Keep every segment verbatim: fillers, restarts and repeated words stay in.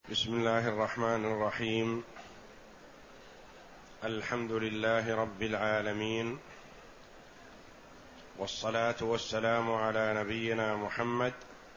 بسم الله الرحمن الرحيم. الحمد لله رب العالمين، والصلاة والسلام على نبينا محمد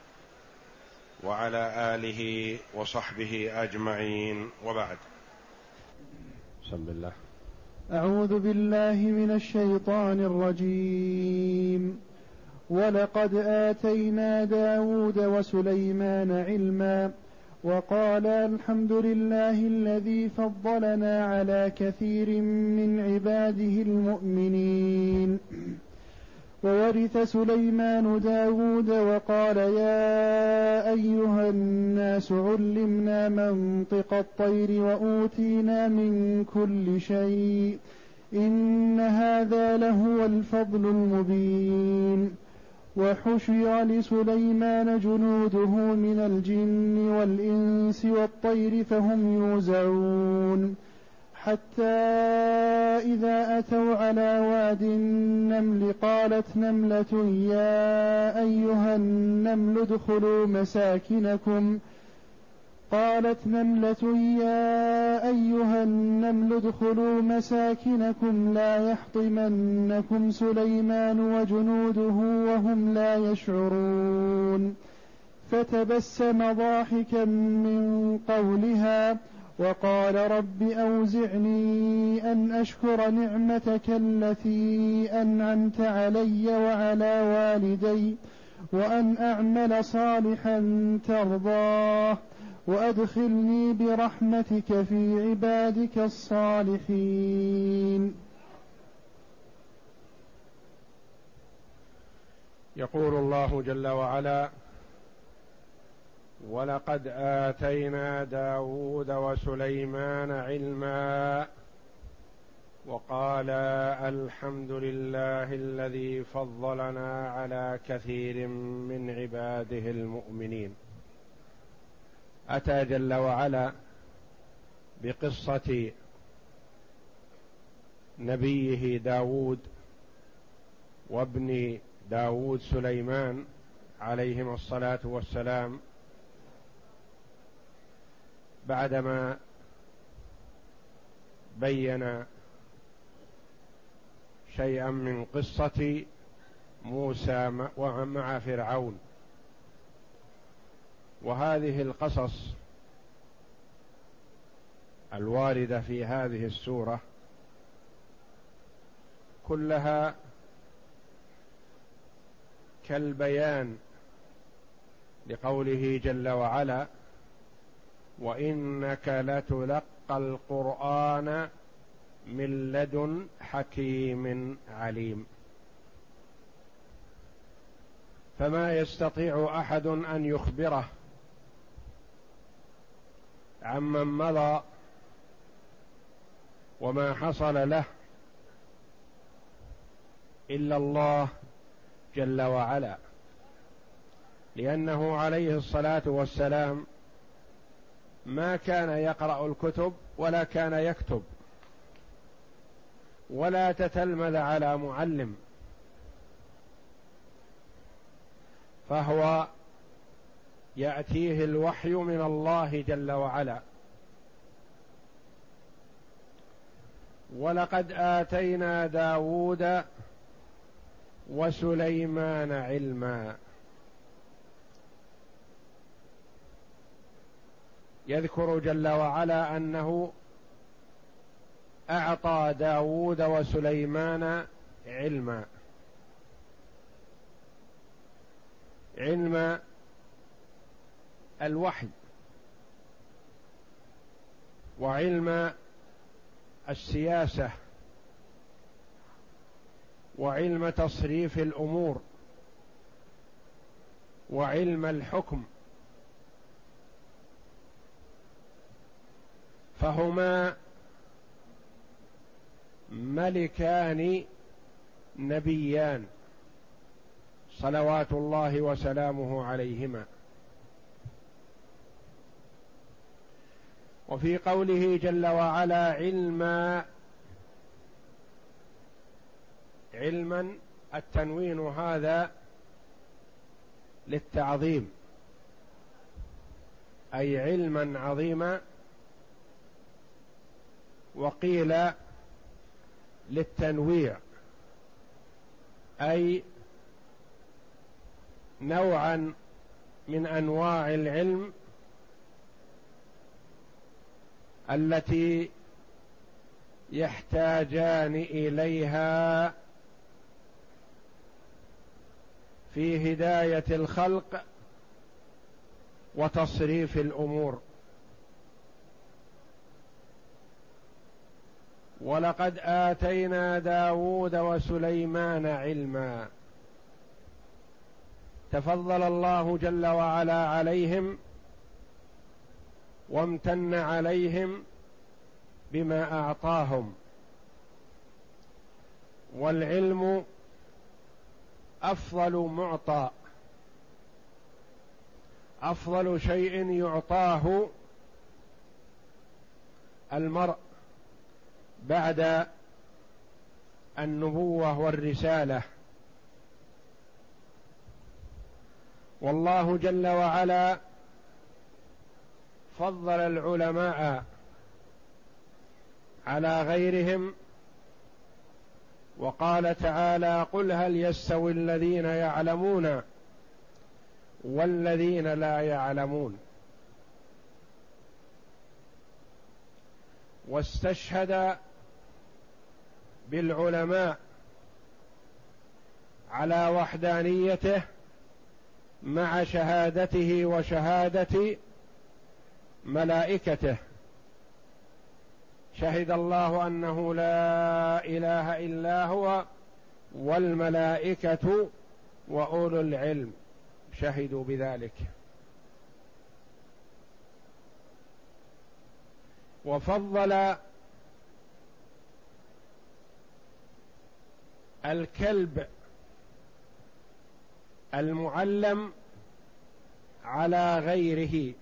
وعلى آله وصحبه أجمعين، وبعد. بسم الله. أعوذ بالله من الشيطان الرجيم. ولقد آتينا داود وسليمان علما وقال الحمد لله الذي فضلنا على كثير من عباده المؤمنين. وورث سليمان داود وقال يا أيها الناس علمنا منطق الطير وأوتينا من كل شيء إن هذا لهو الفضل المبين. وحشر لسليمان جنوده من الجن والإنس والطير فهم يوزعون حتى إذا أتوا على واد النمل قالت نملة يا أيها النمل ادخلوا مساكنكم قالت نملة يا أيها النمل ادخلوا مساكنكم لا يحطمنكم سليمان وجنوده وهم لا يشعرون. فتبسم ضاحكا من قولها وقال رب أوزعني أن أشكر نعمتك التي أنعمت علي وعلى والدي وأن أعمل صالحا ترضاه وأدخلني برحمتك في عبادك الصالحين. يقول الله جل وعلا: ولقد آتينا داود وسليمان علما وقال الحمد لله الذي فضلنا على كثير من عباده المؤمنين. أتى جل وعلا بقصة نبيه داود وابن داود سليمان عليهما الصلاة والسلام، بعدما بين شيئا من قصة موسى مع فرعون. وهذه القصص الواردة في هذه السورة كلها كالبيان لقوله جل وعلا: وإنك لتلقى القرآن من لدن حكيم عليم. فما يستطيع أحد أن يخبره عمن مضى وما حصل له إلا الله جل وعلا، لأنه عليه الصلاة والسلام ما كان يقرأ الكتب ولا كان يكتب ولا تتلمذ على معلم، فهو يأتيه الوحي من الله جل وعلا. ولقد آتينا داود وسليمان علما. يذكر جل وعلا أنه أعطى داود وسليمان علما، علم الوحي وعلم السياسة وعلم تصريف الأمور وعلم الحكم، فهما ملكان نبيان صلوات الله وسلامه عليهما. وفي قوله جل وعلا علما، علما التنوين هذا للتعظيم، أي علما عظيما، وقيل للتنويع أي نوعا من أنواع العلم التي يحتاجان إليها في هداية الخلق وتصريف الأمور. ولقد آتينا داود وسليمان علما، تفضل الله جل وعلا عليهم وامتن عليهم بما أعطاهم. والعلم أفضل معطى، أفضل شيء يعطاه المرء بعد النبوة والرسالة. والله جل وعلا فضل العلماء على غيرهم، وقال تعالى: قل هل يستوي الذين يعلمون والذين لا يعلمون. واستشهد بالعلماء على وحدانيته مع شهادته وشهادة ملائكته. شهد الله أنه لا إله إلا هو والملائكة وأولو العلم شهدوا بذلك. وفضل الكلب المعلم على غيره،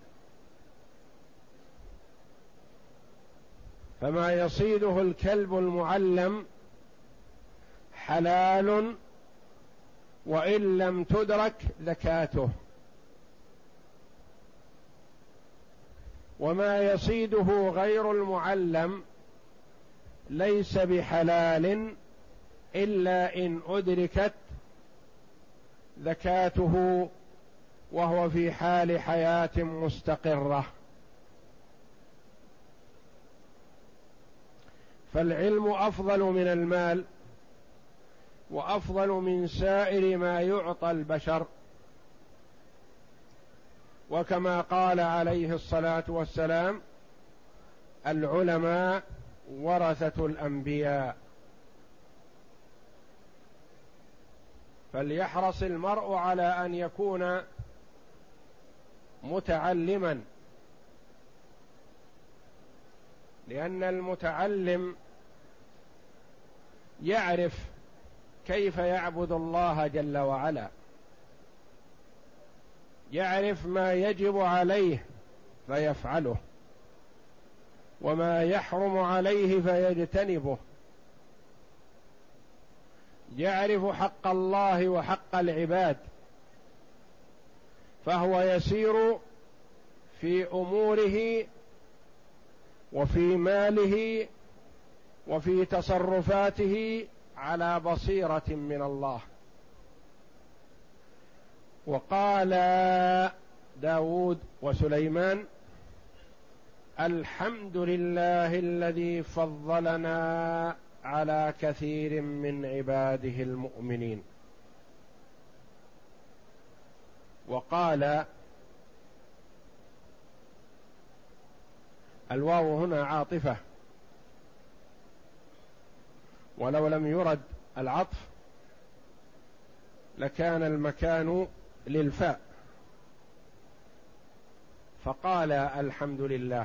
فما يصيده الكلب المعلم حلال وإن لم تدرك زكاته، وما يصيده غير المعلم ليس بحلال إلا إن أدركت زكاته وهو في حال حياة مستقرة. فالعلم أفضل من المال وأفضل من سائر ما يعطى البشر، وكما قال عليه الصلاة والسلام: العلماء ورثة الأنبياء. فليحرص المرء على أن يكون متعلما، لأن المتعلم يعرف كيف يعبد الله جل وعلا، يعرف ما يجب عليه فيفعله وما يحرم عليه فيجتنبه، يعرف حق الله وحق العباد، فهو يسير في أموره وفي ماله وفي تصرفاته على بصيرة من الله. وقال داود وسليمان: الحمد لله الذي فضلنا على كثير من عباده المؤمنين. وقال الواو هنا عاطفة، ولو لم يرد العطف لكان المكان للفاء، فقال الحمد لله،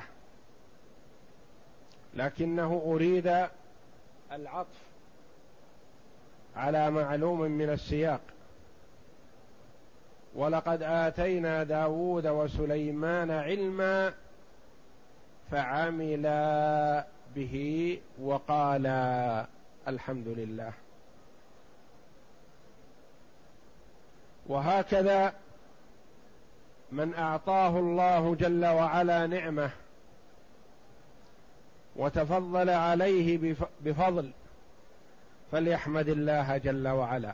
لكنه أريد العطف على معلوم من السياق: ولقد آتينا داود وسليمان علما فعملا به وقالا الحمد لله. من أعطاه الله جل وعلا نعمة وتفضل عليه بفضل فليحمد الله جل وعلا،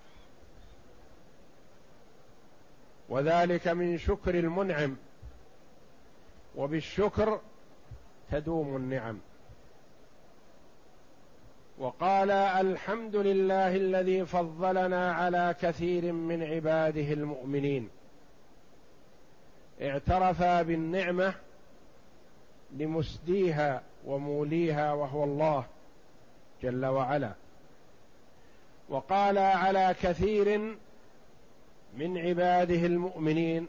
وذلك من شكر المنعم، وبالشكر تدوم النعم. وقال الحمد لله الذي فضلنا على كثير من عباده المؤمنين، اعترفا بالنعمة لمسديها وموليها وهو الله جل وعلا. وقال على كثير من عباده المؤمنين،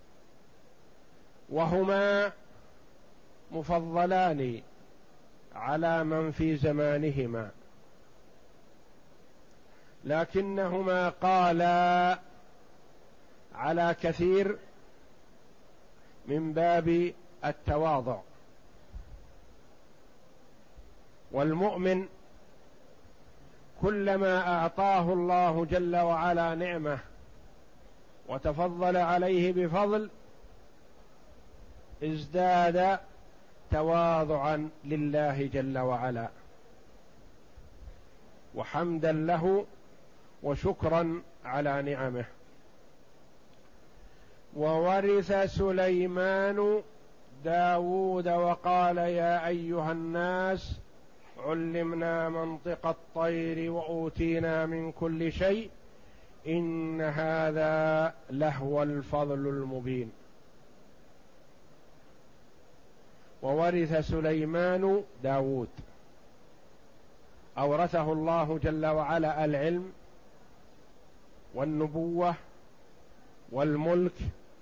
وهما مفضلان على من في زمانهما، لكنهما قالا على كثير من باب التواضع. والمؤمن كلما أعطاه الله جل وعلا نعمة وتفضل عليه بفضل ازداد تواضعا لله جل وعلا وحمدا له وشكرا على نعمه. وورث سليمان داود وقال يا أيها الناس علمنا منطق الطير وأوتينا من كل شيء إن هذا لهو الفضل المبين. وورث سليمان داود، أورثه الله جل وعلا العلم والنبوة والملك،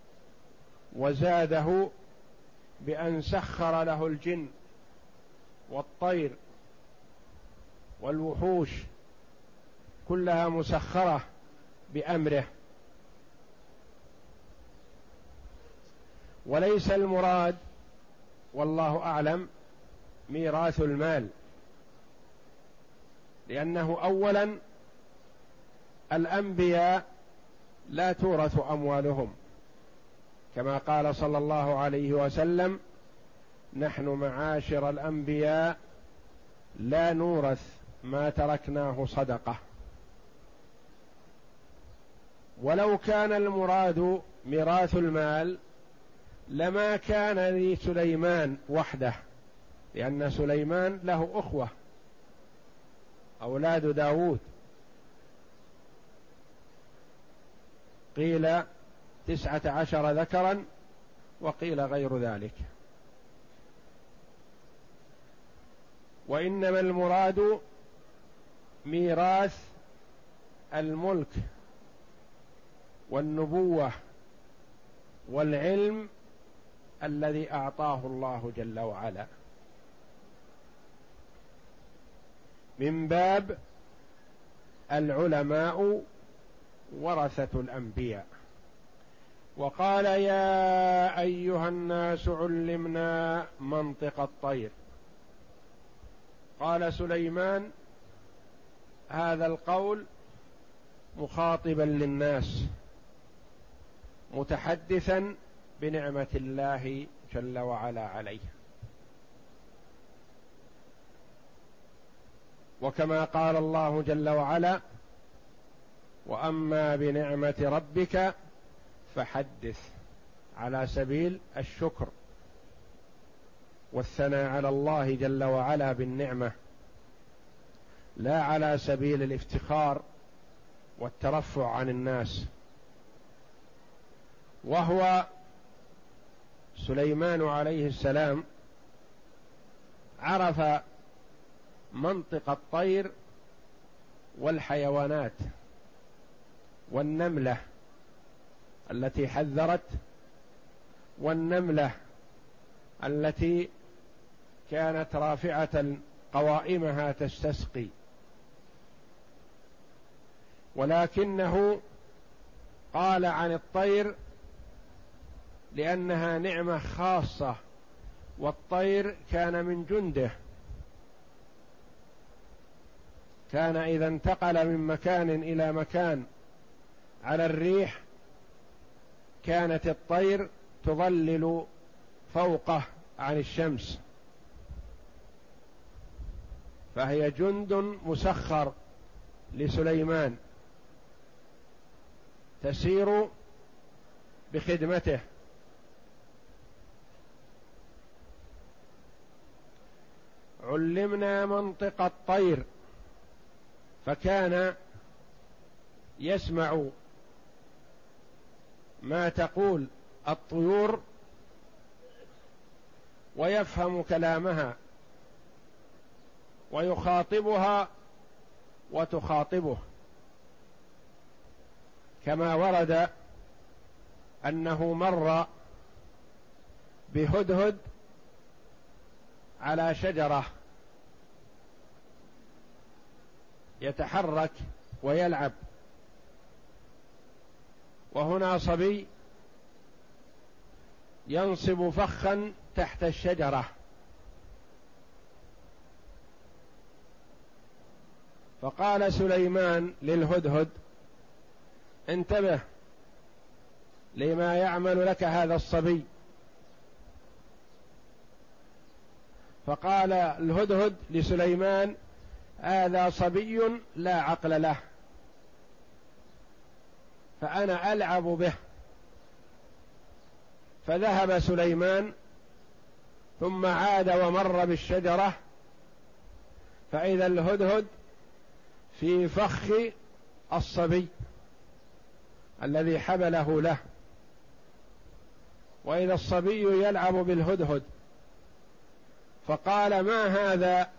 وزاده بأن سخر له الجن والطير والوحوش كلها مسخرة بأمره. وليس المراد والله أعلم ميراث المال، لأنه أولا الأنبياء لا تورث أموالهم، كما قال صلى الله عليه وسلم نحن معاشر الأنبياء لا نورث ما تركناه صدقة. ولو كان المراد ميراث المال لما كان لسليمان وحده، لأن سليمان له أخوة أولاد داود، قيل تسعة عشر ذكرا وقيل غير ذلك. وإنما المراد ميراث الملك والنبوة والعلم الذي أعطاه الله جل وعلا، من باب العلماء ورثة الأنبياء. وقال يا أيها الناس علمنا منطق الطير. قال سليمان هذا القول مخاطبا للناس متحدثا بنعمة الله جل وعلا عليه. وكما قال الله جل وعلا وأما بنعمة ربك فحدث، على سبيل الشكر والثناء على الله جل وعلا بالنعمة، لا على سبيل الافتخار والترفع عن الناس. وهو سليمان عليه السلام عرف منطق الطير والحيوانات، والنملة التي حذرت، والنملة التي كانت رافعة قوائمها تستسقي، ولكنه قال عن الطير لأنها نعمة خاصة، والطير كان من جنده، كان إذا انتقل من مكان إلى مكان على الريح كانت الطير تظلل فوقه عن الشمس، فهي جند مسخر لسليمان تسير بخدمته. علمنا منطق الطير، فكان يسمع ما تقول الطيور ويفهم كلامها ويخاطبها وتخاطبه، كما ورد أنه مر بهدهد على شجرة يتحرك ويلعب، وهنا صبي ينصب فخا تحت الشجرة، فقال سليمان للهدهد: انتبه لما يعمل لك هذا الصبي. فقال الهدهد لسليمان: هذا صبي لا عقل له، فأنا ألعب به. فذهب سليمان ثم عاد ومر بالشجرة، فإذا الهدهد في فخ الصبي الذي حبله له، وإذا الصبي يلعب بالهدهد، فقال: ما هذا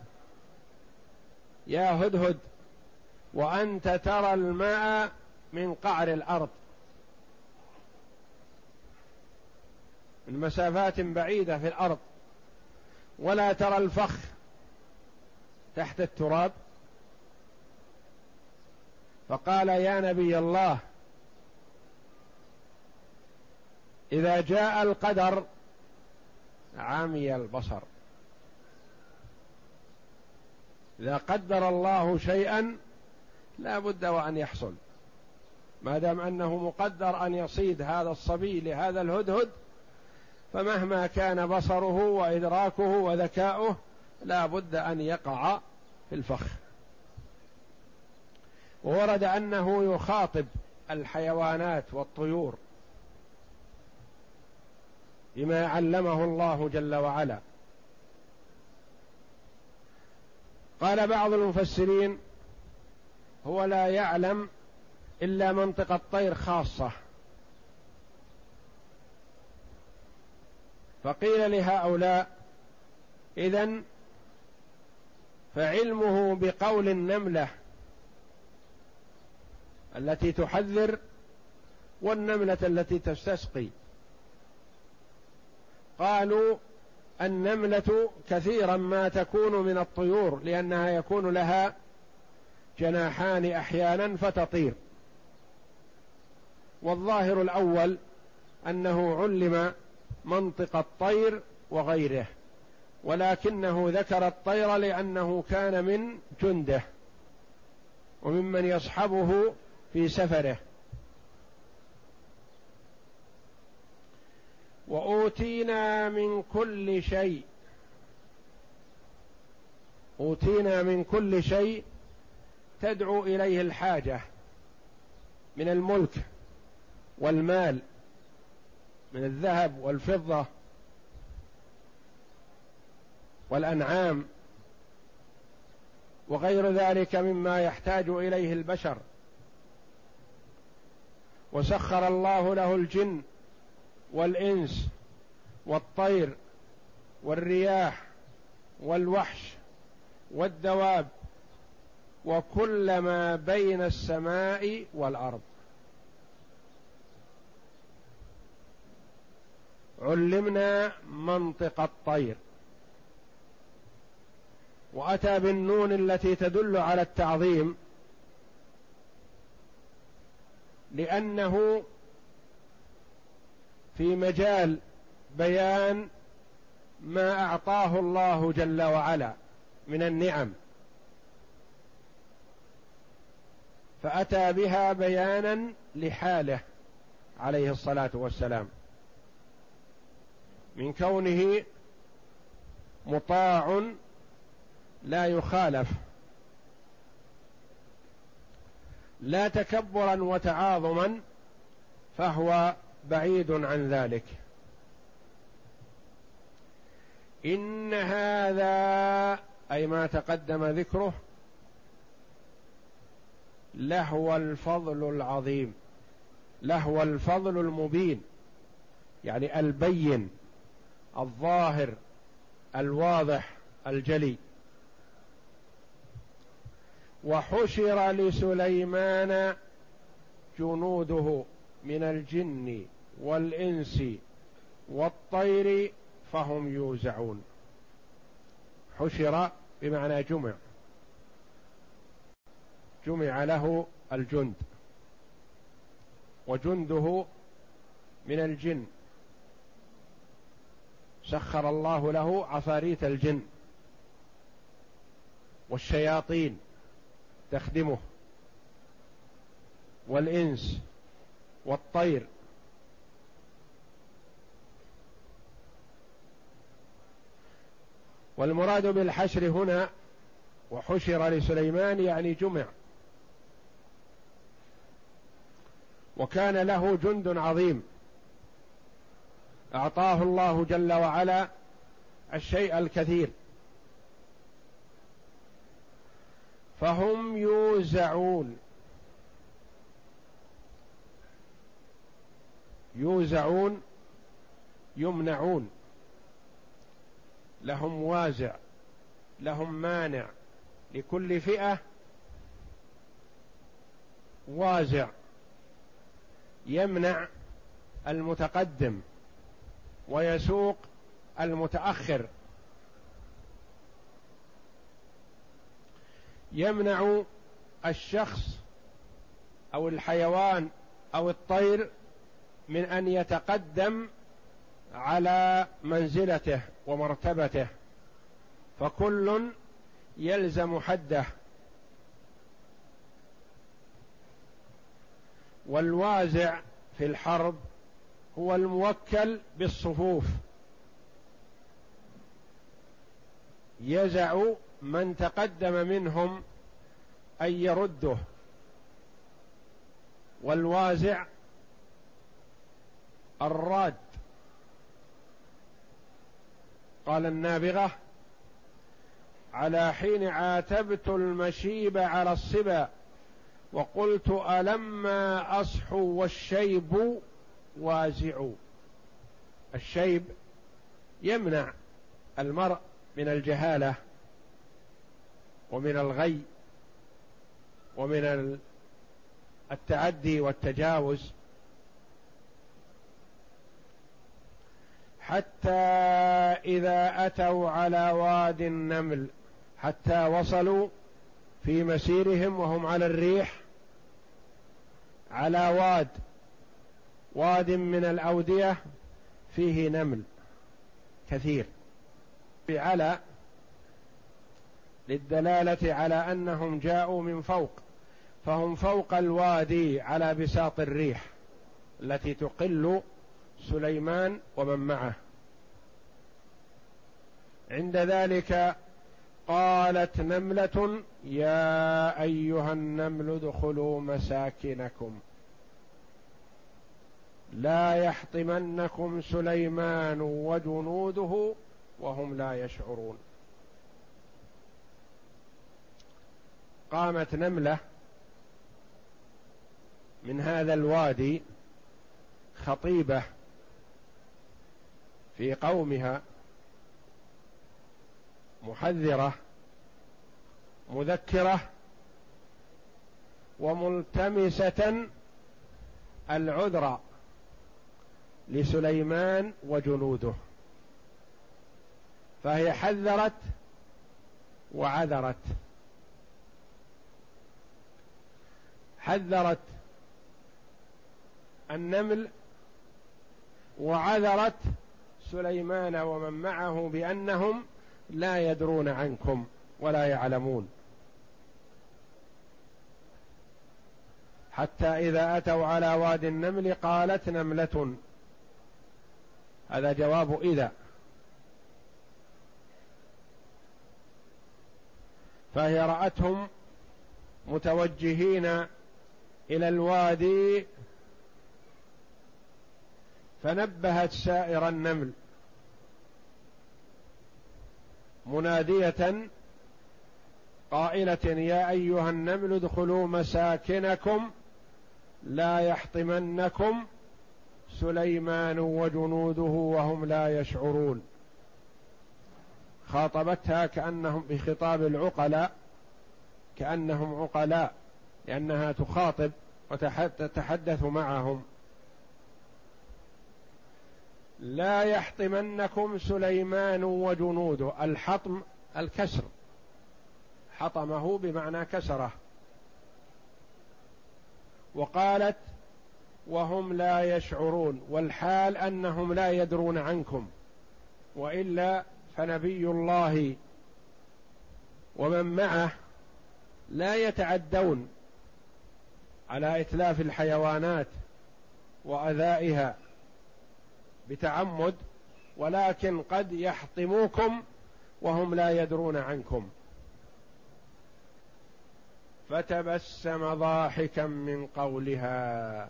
يا هدهد وأنت ترى الماء من قعر الأرض، من مسافات بعيدة في الأرض، ولا ترى الفخ تحت التراب؟ فقال: يا نبي الله، إذا جاء القدر عمي البصر، إذا قدر الله شيئا لا بد وأن يحصل، ما دام أنه مقدر أن يصيد هذا الصبي لهذا الهدهد، فمهما كان بصره وإدراكه وذكاؤه لا بد أن يقع في الفخ. وورد أنه يخاطب الحيوانات والطيور بما علمه الله جل وعلا. قال بعض المفسرين: هو لا يعلم إلا منطق الطير خاصة. فقيل لهؤلاء: إذن فعلمه بقول النملة التي تحذر والنملة التي تستسقي. قالوا: النملة كثيرا ما تكون من الطيور، لأنها يكون لها جناحان أحيانا فتطير. والظاهر الأول أنه علم منطق الطير وغيره، ولكنه ذكر الطير لأنه كان من جنده وممن يصحبه في سفره. وأوتينا من كل شيء، أوتينا من كل شيء تدعو إليه الحاجة من الملك والمال، من الذهب والفضة والأنعام وغير ذلك مما يحتاج إليه البشر. وسخر الله له الجن والإنس والطير والرياح والوحش والدواب وكل ما بين السماء والأرض. علمنا منطق الطير، وأتى بالنون التي تدل على التعظيم، لأنه في مجال بيان ما أعطاه الله جل وعلا من النعم، فأتى بها بيانا لحاله عليه الصلاة والسلام، من كونه مطاع لا يخالف، لا تكبرا وتعاظما، فهو بعيد عن ذلك. إن هذا أي ما تقدم ذكره لهو الفضل العظيم، لهو الفضل المبين، يعني البين الظاهر الواضح الجلي. وحشر لسليمان جنوده من الجن والإنس والطير فهم يوزعون. حشر بمعنى جمع، جمع له الجند، وجنده من الجن، سخر الله له عفاريت الجن والشياطين تخدمه، والإنس والطير. والمراد بالحشر هنا وحشر لسليمان يعني جمع، وكان له جند عظيم أعطاه الله جل وعلا الشيء الكثير، فهم يوزعون. يوزعون يمنعون، لهم وازع، لهم مانع، لكل فئة وازع يمنع المتقدم ويسوق المتأخر، يمنع الشخص أو الحيوان أو الطير من أن يتقدم على منزلته ومرتبته، فكل يلزم حده. والوازع في الحرب هو الموكل بالصفوف، يزع من تقدم منهم أن يرده. والوازع الراد. قال النابغة: على حين عاتبت المشيب على الصبا وقلت ألما أصحو والشيب وازع. الشيب يمنع المرء من الجهالة ومن الغي ومن التعدي والتجاوز. حتى إذا أتوا على واد النمل، حتى وصلوا في مسيرهم وهم على الريح على واد، واد من الأودية فيه نمل كثير، على للدلالة على أنهم جاءوا من فوق، فهم فوق الوادي على بساط الريح التي تقل سليمان ومن معه. عند ذلك قالت نملة: يا أيها النمل ادخلوا مساكنكم لا يحطمنكم سليمان وجنوده وهم لا يشعرون. قامت نملة من هذا الوادي خطيبة في قومها، محذرة مذكرة وملتمسة العذر لسليمان وجنوده، فهي حذرت وعذرت. حذرت النمل وعذرت سليمان ومن معه بأنهم لا يدرون عنكم ولا يعلمون. حتى إذا أتوا على وادي النمل قالت نملة، هذا جواب إذا، فهي رأتهم متوجهين إلى الوادي فنبهت سائر النمل منادية قائلة يا أيها النمل ادخلوا مساكنكم لا يحطمنكم سليمان وجنوده وهم لا يشعرون. خاطبتها كأنهم بخطاب العقلاء، كأنهم عقلاء، لأنها تخاطب وتتحدث معهم. لا يحطمنكم سليمان وجنوده، الحطم الكسر، حطمه بمعنى كسره. وقالت وهم لا يشعرون، والحال أنهم لا يدرون عنكم، وإلا فنبي الله ومن معه لا يتعدون على إتلاف الحيوانات وأذائها بتعمد، ولكن قد يحطموكم وهم لا يدرون عنكم. فتبسم ضاحكا من قولها،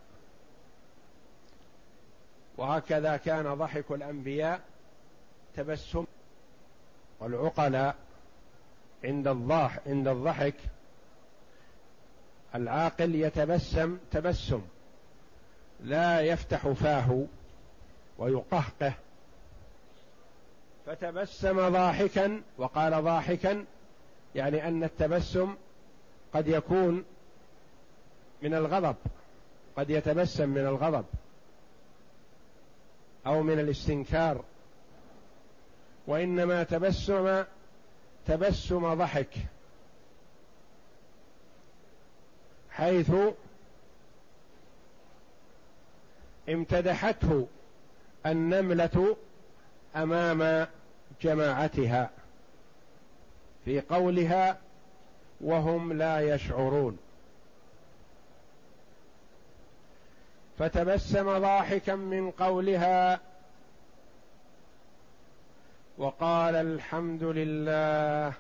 وهكذا كان ضحك الأنبياء تبسم، والعقلاء عند الضاح عند الضحك العاقل يتبسم تبسم، لا يفتح فاه ويقهقه. فتبسم ضاحكا، وقال ضاحكا يعني أن التبسم قد يكون من الغضب، قد يتبسم من الغضب أو من الاستنكار، وإنما تبسم تبسم ضحك، حيث امتدحته النملة أمام جماعتها في قولها وهم لا يشعرون. فتبسم ضاحكا من قولها وقال الحمد لله،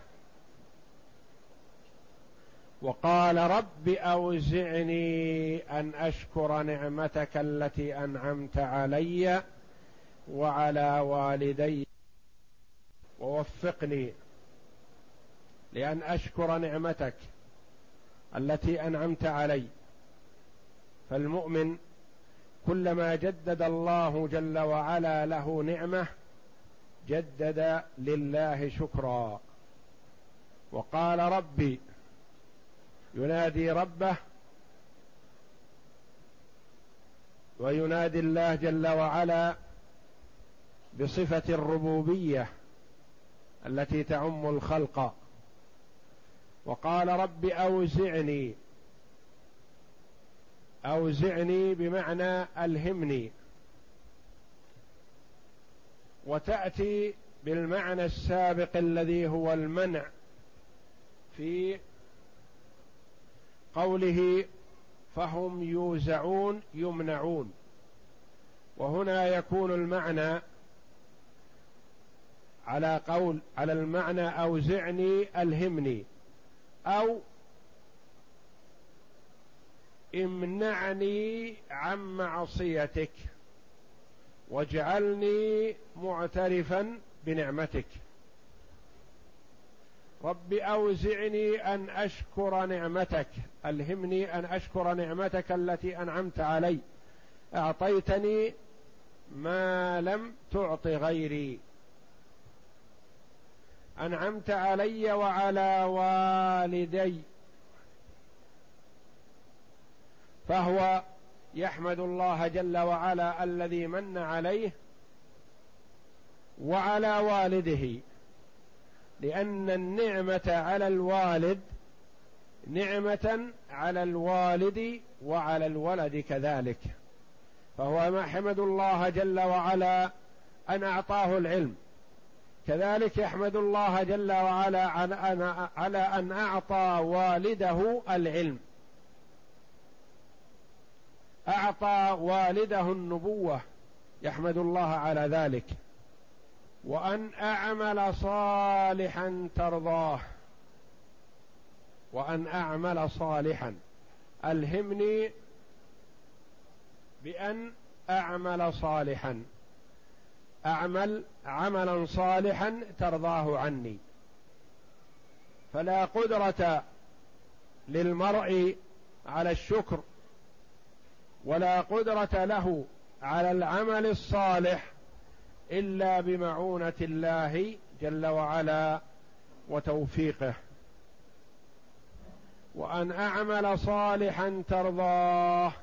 وقال رب أوزعني أن أشكر نعمتك التي أنعمت علي وعلى والدي ووفقني لأن أشكر نعمتك التي أنعمت علي. فالمؤمن كلما جدد الله جل وعلا له نعمة جدد لله شكرا. وقال ربي، ينادي ربه وينادي الله جل وعلا بصفة الربوبية التي تعم الخلق. وقال رب أوزعني، أوزعني بمعنى ألهمني، وتأتي بالمعنى السابق الذي هو المنع في قوله فهم يوزعون يمنعون، وهنا يكون المعنى على قول على المعنى أوزعني ألهمني، أو امنعني عن معصيتك واجعلني معترفا بنعمتك. رب أوزعني أن أشكر نعمتك، ألهمني أن أشكر نعمتك التي أنعمت علي، أعطيتني ما لم تعط غيري، أنعمت علي وعلى والدي. فهو يحمد الله جل وعلا الذي من عليه وعلى والده، لأن النعمة على الوالد نعمة على الوالد وعلى الولد كذلك. فهو يحمد الله جل وعلا أن أعطاه العلم، كذلك يحمد الله جل وعلا على أن أعطى والده العلم. أعطى والده النبوة يحمد الله على ذلك، وأن أعمل صالحا ترضاه، وأن أعمل صالحا، ألهمني بأن أعمل صالحا، أعمل عملا صالحا ترضاه عني. فلا قدرة للمرء على الشكر ولا قدرة له على العمل الصالح إلا بمعونة الله جل وعلا وتوفيقه. وأن أعمل صالحا ترضاه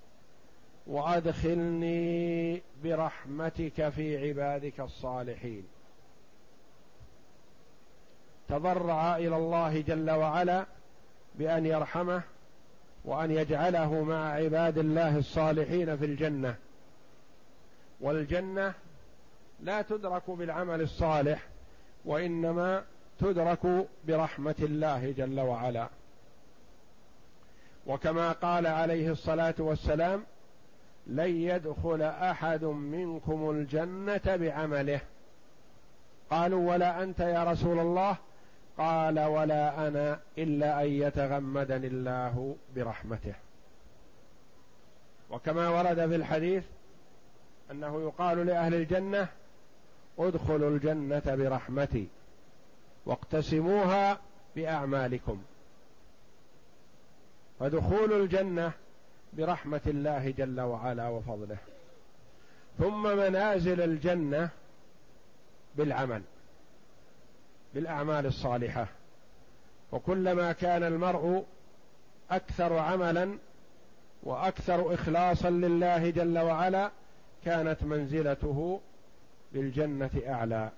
وأدخلني برحمتك في عبادك الصالحين. تضرع إلى الله جل وعلا بأن يرحمه وأن يجعله مع عباد الله الصالحين في الجنة. والجنة لا تدرك بالعمل الصالح، وإنما تدرك برحمة الله جل وعلا. وكما قال عليه الصلاة والسلام: لن يدخل أحد منكم الجنة بعمله. قالوا: ولا أنت يا رسول الله؟ قال: ولا أنا إلا أن يتغمدني الله برحمته. وكما ورد في الحديث أنه يقال لأهل الجنة: ادخلوا الجنة برحمتي واقتسموها بأعمالكم. فدخول الجنة برحمة الله جل وعلا وفضله. ثم منازل الجنة بالعمل، بالأعمال الصالحة. وكلما كان المرء أكثر عملا وأكثر إخلاصا لله جل وعلا كانت منزلته بالجنة أعلى.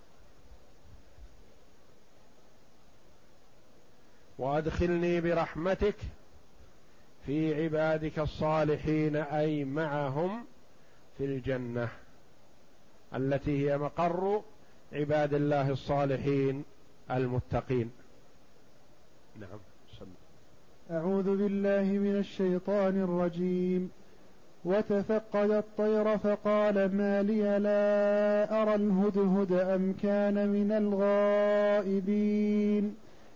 وأدخلني برحمتك في عبادك الصالحين، أي معهم في الجنة التي هي مقر عباد الله الصالحين المتقين. نعم. أعوذ بالله من الشيطان الرجيم. وتفقد الطير فقال: ما لي لا أرى الهدهد أم كان من الغائبين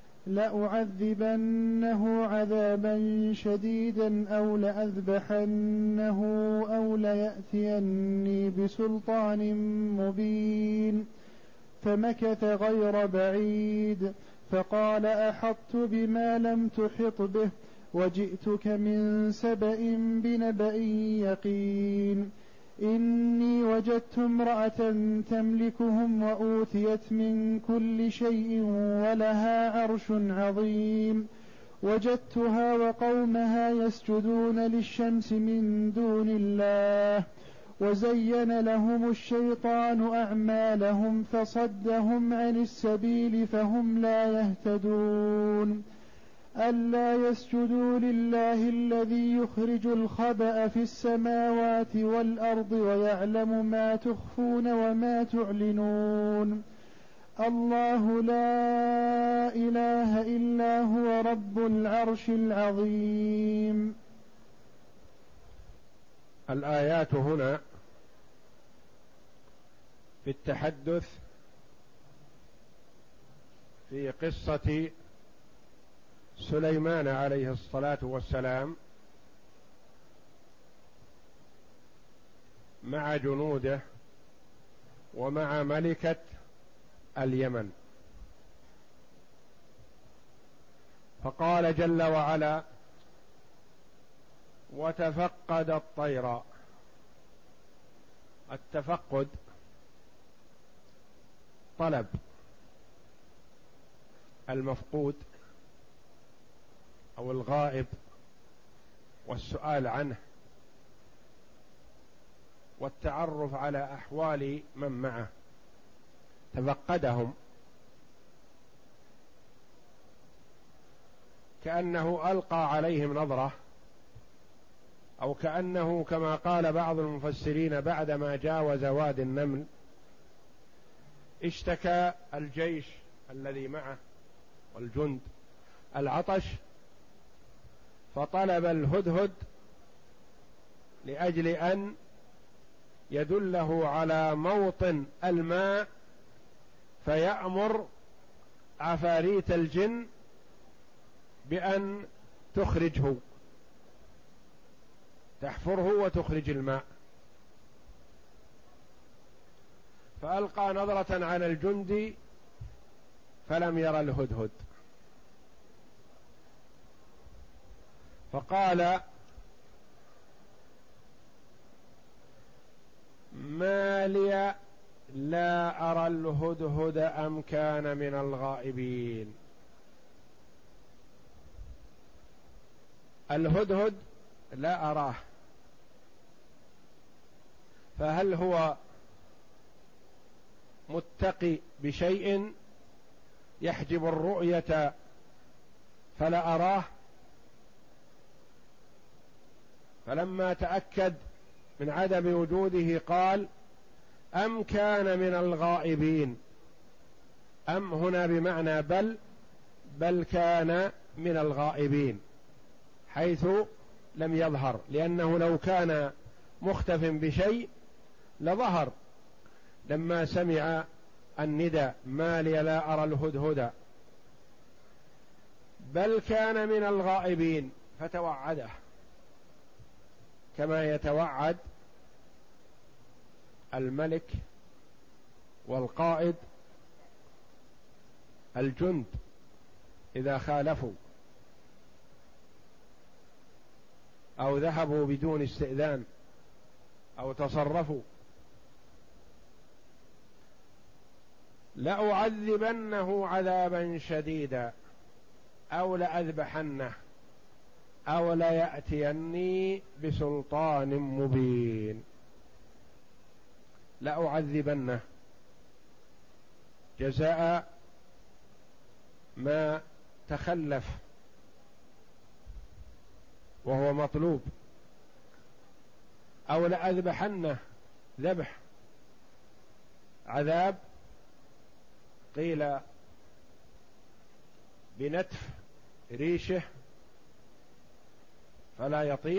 لأعذبنه عذابا شديدا أو لأذبحنه أو ليأتيني بسلطان مبين. فمكث غير بعيد فقال: أحطت بما لم تحط به وجئتك من سبأ بنبأ يقين. إني وجدت امرأة تملكهم وأوتيت من كل شيء ولها عرش عظيم. وجدتها وقومها يسجدون للشمس من دون الله وزين لهم الشيطان أعمالهم فصدهم عن السبيل فهم لا يهتدون. ألا يسجدوا لله الذي يخرج الخبأ في السماوات والأرض ويعلم ما تخفون وما تعلنون. الله لا إله إلا هو رب العرش العظيم. الآيات هنا في التحدث في قصة سليمان عليه الصلاة والسلام مع جنوده ومع ملكة اليمن. فقال جل وعلا: وتفقد الطير. التفقد طلب المفقود أو الغائب والسؤال عنه والتعرف على أحوال من معه. تفقدهم كأنه ألقى عليهم نظرة، أو كأنه كما قال بعض المفسرين بعدما جاوز وادي النمل اشتكى الجيش الذي معه والجند العطش، فطلب الهدهد لأجل أن يدله على موطن الماء فيأمر عفاريت الجن بأن تخرجه، تحفره وتخرج الماء. فألقى نظرة على الجندي فلم ير الهدهد، فقال: ما لي لا أرى الهدهد أم كان من الغائبين؟ الهدهد لا أراه، فهل هو متقي بشيء يحجب الرؤية فلا أراه؟ فلما تأكد من عدم وجوده قال: أم كان من الغائبين. أم هنا بمعنى بل، بل كان من الغائبين حيث لم يظهر، لأنه لو كان مختف بشيء لظهر لما سمع الندى: ما لي لا أرى الهدهد، بل كان من الغائبين، فتوعده كما يتوعد الملك والقائد الجند إذا خالفوا أو ذهبوا بدون استئذان أو تصرفوا: لأعذبنه عذابا شديدا أو لأذبحنه أو ليأتيني بسلطان مبين. لأعذبنه جزاء ما تخلف وهو مطلوب، أو لأذبحنه ذبح عذاب، قيل بنتف ريشه فلا يطير،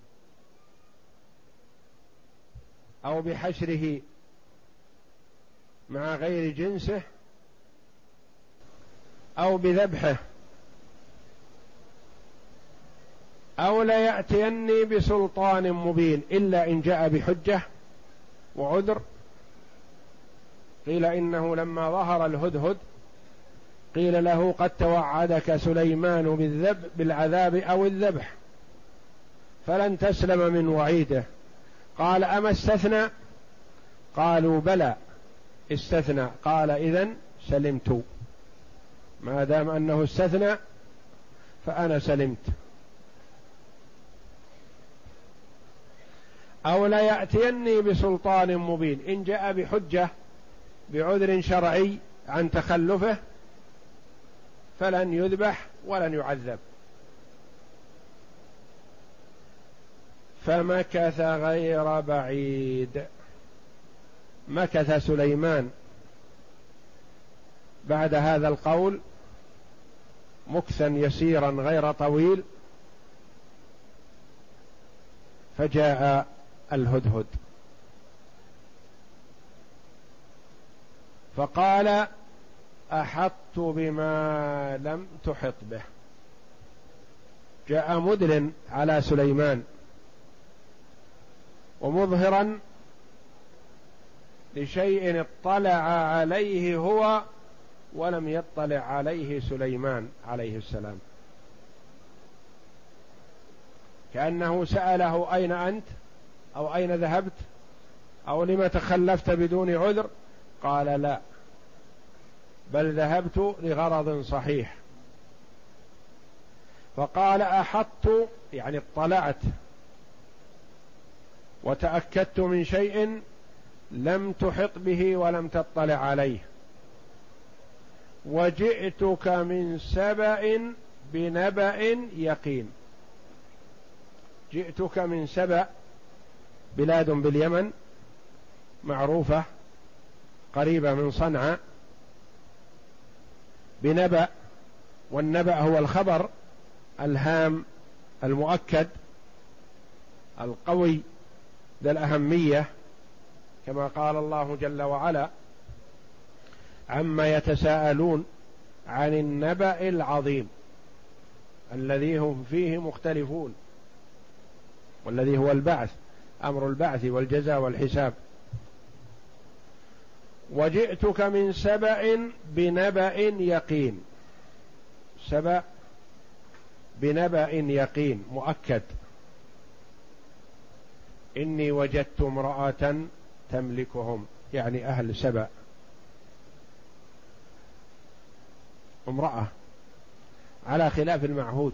أو بحشره مع غير جنسه، أو بذبحه، أو ليأتيني بسلطان مبين، إلا إن جاء بحجة وعذر. قيل إنه لما ظهر الهدهد قيل له: قد توعدك سليمان بالذب بالعذاب أو الذبح فلن تسلم من وعيده. قال: أما استثنى؟ قالوا: بلى استثنى. قال: إذن سلمت، ما دام أنه استثنى فأنا سلمت. أو لا يأتيني بسلطان مبين، إن جاء بحجة بعذر شرعي عن تخلفه فلن يذبح ولن يعذب. فمكث غير بعيد، مكث سليمان بعد هذا القول مكثا يسيرا غير طويل، فجاء الهدهد فقال: أحطت بما لم تحط به. جاء مدل على سليمان ومظهرا لشيء اطلع عليه هو ولم يطلع عليه سليمان عليه السلام، كأنه سأله: أين أنت؟ أو أين ذهبت؟ أو لما تخلفت بدون عذر؟ قال: لا، بل ذهبت لغرض صحيح. فقال: أحطت يعني اطلعت وتأكدت من شيء لم تحط به ولم تطلع عليه، وجئتك من سبأ بنبأ يقين. جئتك من سبأ، بلاد باليمن معروفة قريبة من صنعاء، بنبأ، والنبأ هو الخبر الهام المؤكد القوي ذا الأهمية، كما قال الله جل وعلا: عما يتساءلون عن النبأ العظيم الذي هم فيه مختلفون، والذي هو البعث، أمر البعث والجزاء والحساب. وجئتك من سبأ بنبأ يقين. سبأ بنبأ يقين مؤكد. إني وجدت امرأة تملكهم، يعني أهل سبأ، امرأة على خلاف المعهود،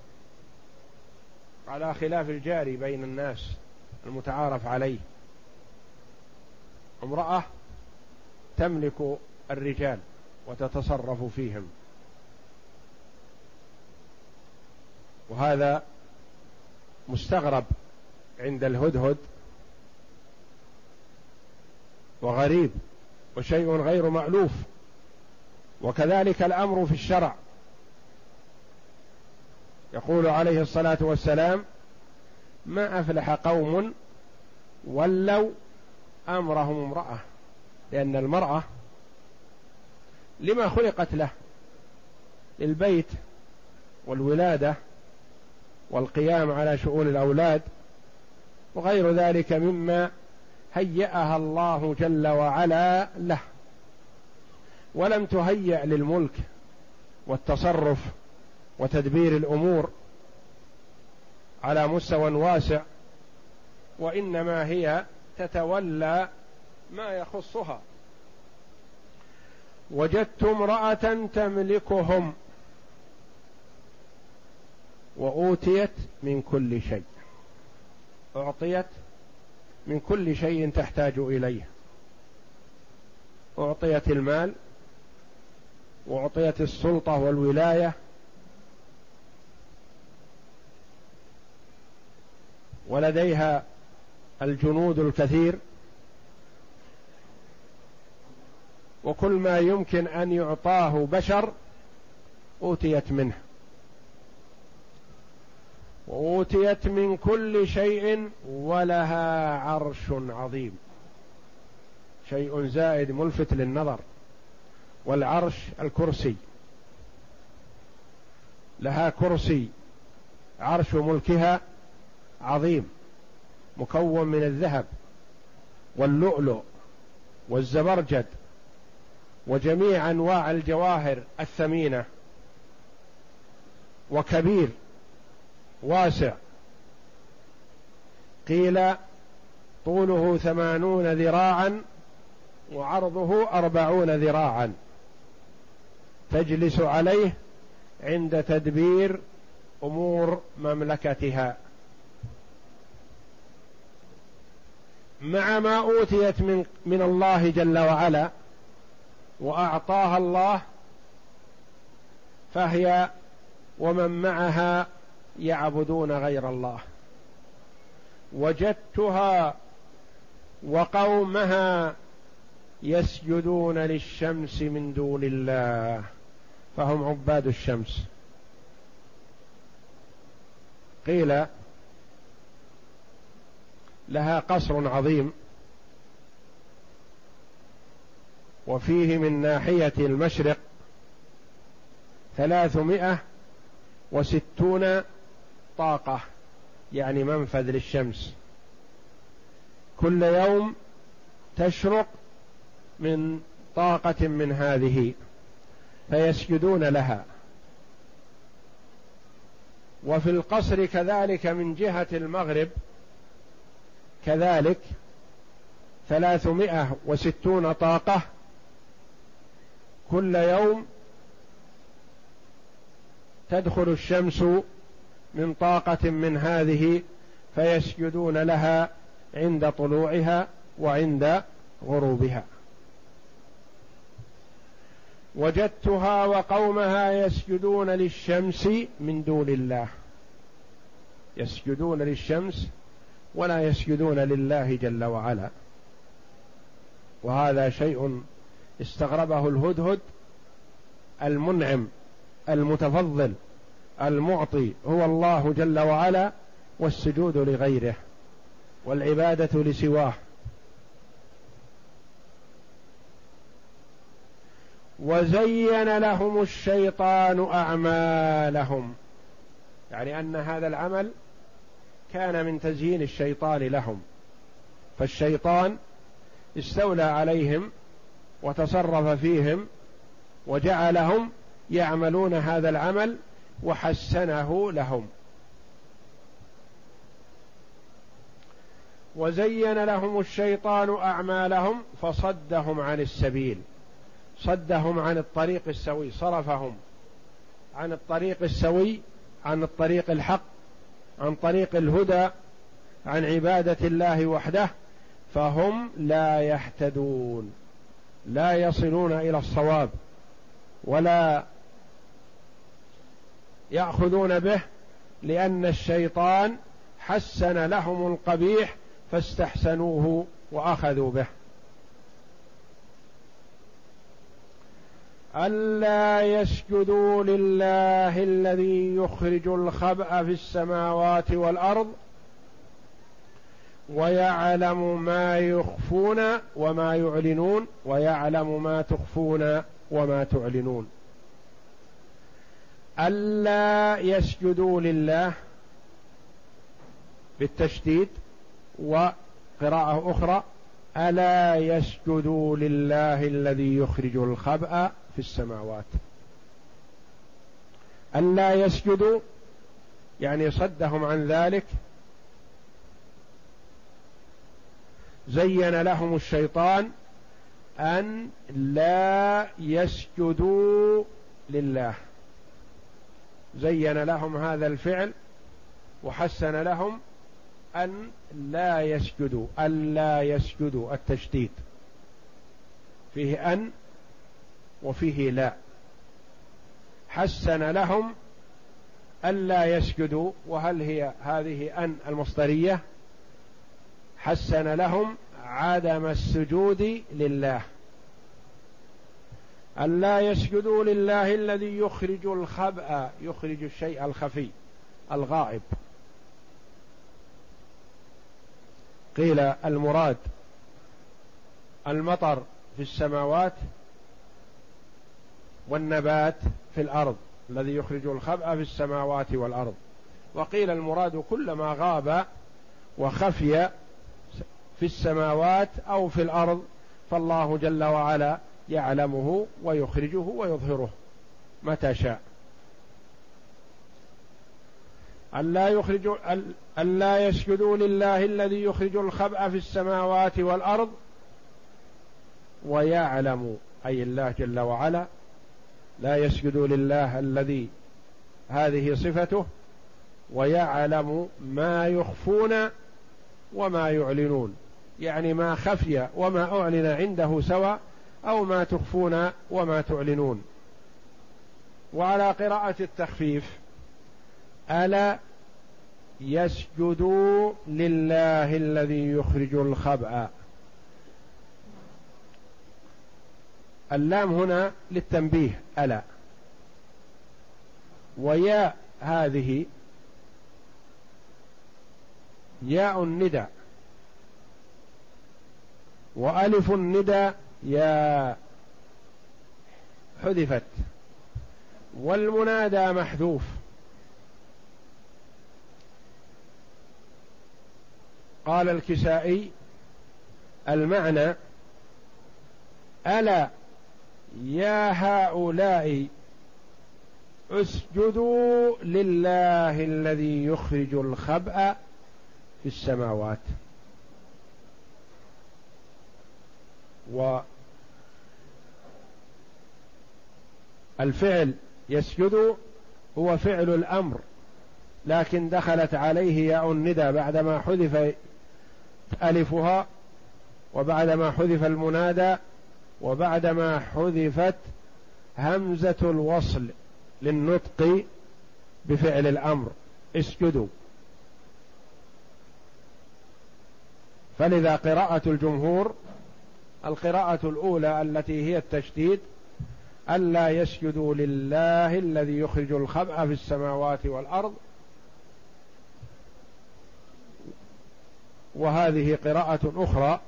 على خلاف الجاري بين الناس المتعارف عليه، امرأة تملك الرجال وتتصرف فيهم، وهذا مستغرب عند الهدهد وغريب وشيء غير مألوف. وكذلك الأمر في الشرع، يقول عليه الصلاة والسلام: ما أفلح قوم ولوا أمرهم امرأة، لأن المرأة لما خلقت له، للبيت والولادة والقيام على شؤون الأولاد وغير ذلك مما هيأها الله جل وعلا له، ولم تهيأ للملك والتصرف وتدبير الأمور على مستوى واسع، وإنما هي تتولى ما يخصها. وجدت امرأة تملكهم وأوتيت من كل شيء، أعطيت من كل شيء تحتاج إليه، أعطيت المال وأعطيت السلطة والولاية ولديها الجنود الكثير، وكل ما يمكن أن يعطاه بشر أوتيت منه، وأوتيت من كل شيء ولها عرش عظيم، شيء زائد ملفت للنظر، والعرش الكرسي، لها كرسي، عرش ملكها عظيم مكون من الذهب واللؤلؤ والزبرجد وجميع أنواع الجواهر الثمينة، وكبير واسع، قيل طوله ثمانون ذراعا وعرضه أربعون ذراعا، تجلس عليه عند تدبير أمور مملكتها. مع ما أوتيت من, من الله جل وعلا وأعطاها الله، فهي ومن معها يعبدون غير الله. وجدتها وقومها يسجدون للشمس من دون الله، فهم عباد الشمس. قيل لها قصر عظيم، وفيه من ناحية المشرق ثلاثمائة وستون طاقة، يعني منفذ للشمس، كل يوم تشرق من طاقة من هذه، فيسجدون لها. وفي القصر كذلك من جهة المغرب كذلك ثلاثمائة وستون طاقة، كل يوم تدخل الشمس من طاقة من هذه، فيسجدون لها عند طلوعها وعند غروبها. وجدتها وقومها يسجدون للشمس من دون الله، يسجدون للشمس ولا يسجدون لله جل وعلا. وهذا شيء استغربه الهدهد. المنعم المتفضل المعطي هو الله جل وعلا، والسجود لغيره، والعبادة لسواه. وزين لهم الشيطان أعمالهم، يعني أن هذا العمل كان من تزيين الشيطان لهم، فالشيطان استولى عليهم وتصرف فيهم وجعلهم يعملون هذا العمل وحسنه لهم. وزين لهم الشيطان أعمالهم فصدهم عن السبيل، صدهم عن الطريق السوي، صرفهم عن الطريق السوي، عن الطريق الحق، عن طريق الهدى، عن عبادة الله وحده، فهم لا يهتدون، لا يصلون إلى الصواب ولا يأخذون به، لأن الشيطان حسن لهم القبيح فاستحسنوه وأخذوا به. ألا يسجدوا لله الذي يخرج الخبأ في السماوات والأرض ويعلم ما يخفون وما يعلنون ويعلم ما تخفون وما تعلنون. ألا يسجدوا لله بالتشديد، وقراءة أخرى ألا يسجدوا لله الذي يخرج الخبأ في السماوات. ألا يسجدوا يعني صدهم عن ذلك، زين لهم الشيطان أن لا يسجدوا لله، زين لهم هذا الفعل وحسن لهم أن لا يسجدوا، ألا يسجدوا، التشديد فيه أن وفيه لا، حسن لهم ألا يسجدوا. وهل هي هذه أن المصدرية؟ حسن لهم عدم السجود لله، ألا يسجدوا لله الذي يخرج الخبأ، يخرج الشيء الخفي الغائب. قيل المراد المطر في السماوات والنبات في الأرض، الذي يخرج الخبأ في السماوات والأرض. وقيل المراد كل ما غاب وخفي في السماوات أو في الأرض، فالله جل وعلا يعلمه ويخرجه ويظهره متى شاء. ألا يخرج ألا يسجدوا لله الذي يخرج الخبأ في السماوات والأرض ويعلم، أي الله جل وعلا، لا يسجدوا لله الذي هذه صفته، ويعلم ما يخفون وما يعلنون، يعني ما خفي وما أعلن عنده سواء، أو ما تخفون وما تعلنون. وعلى قراءة التخفيف ألا يسجدوا لله الذي يخرج الخبأ. اللام هنا للتنبيه ألا، ويا هذه ياء الندى، وألف الندى يا حذفت، والمنادى محذوف. قال الكسائي المعنى ألا يا هؤلاء اسجدوا لله الذي يخرج الخبأ في السماوات. والفعل يسجد هو فعل الأمر، لكن دخلت عليه ياء الندى بعدما حذف ألفها، وبعدما حذف المنادى، وبعدما حذفت همزة الوصل للنطق بفعل الأمر اسجدوا. فلذا قراءة الجمهور القراءة الأولى التي هي التشديد ألا يسجدوا لله الذي يخرج الخبأ في السماوات والأرض وهذه قراءة أخرى،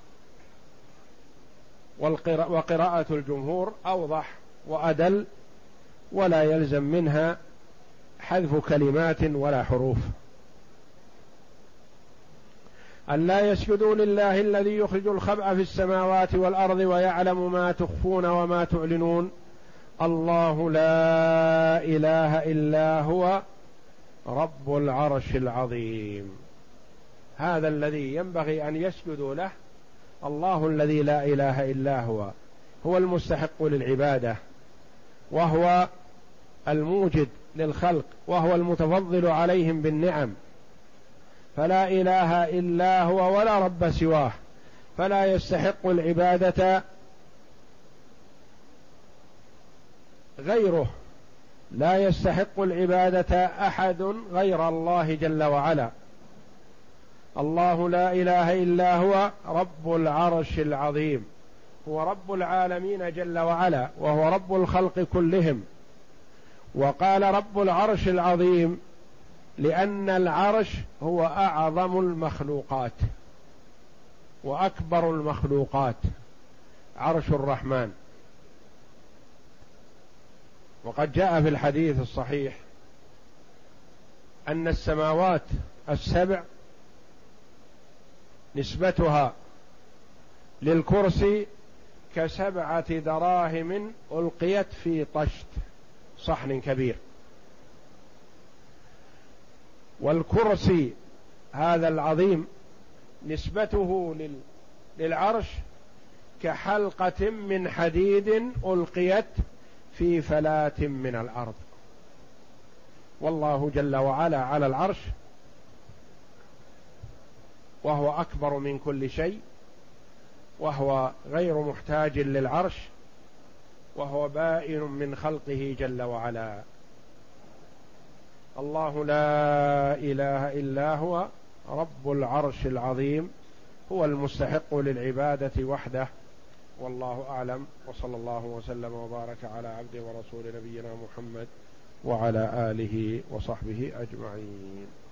وقراءة الجمهور أوضح وأدل، ولا يلزم منها حذف كلمات ولا حروف. ألا يسجدوا لله الذي يخرج الخبأ في السماوات والأرض ويعلم ما تخفون وما تعلنون الله لا إله إلا هو رب العرش العظيم. هذا الذي ينبغي أن يسجدوا له، الله الذي لا إله إلا هو، هو المستحق للعبادة، وهو الموجد للخلق، وهو المتفضل عليهم بالنعم، فلا إله إلا هو ولا رب سواه، فلا يستحق العبادة غيره، لا يستحق العبادة أحد غير الله جل وعلا. الله لا إله إلا هو رب العرش العظيم، هو رب العالمين جل وعلا، وهو رب الخلق كلهم. وقال رب العرش العظيم لأن العرش هو أعظم المخلوقات وأكبر المخلوقات، عرش الرحمن. وقد جاء في الحديث الصحيح أن السماوات السبع نسبتها للكرسي كسبعة دراهم ألقيت في طشت، صحن كبير. والكرسي هذا العظيم نسبته للعرش كحلقة من حديد ألقيت في فلاة من الأرض. والله جل وعلا على العرش، وهو أكبر من كل شيء، وهو غير محتاج للعرش، وهو بائن من خلقه جل وعلا. الله لا إله إلا هو رب العرش العظيم، هو المستحق للعبادة وحده. والله أعلم، وصلى الله وسلم وبارك على عبده ورسول نبينا محمد وعلى آله وصحبه أجمعين.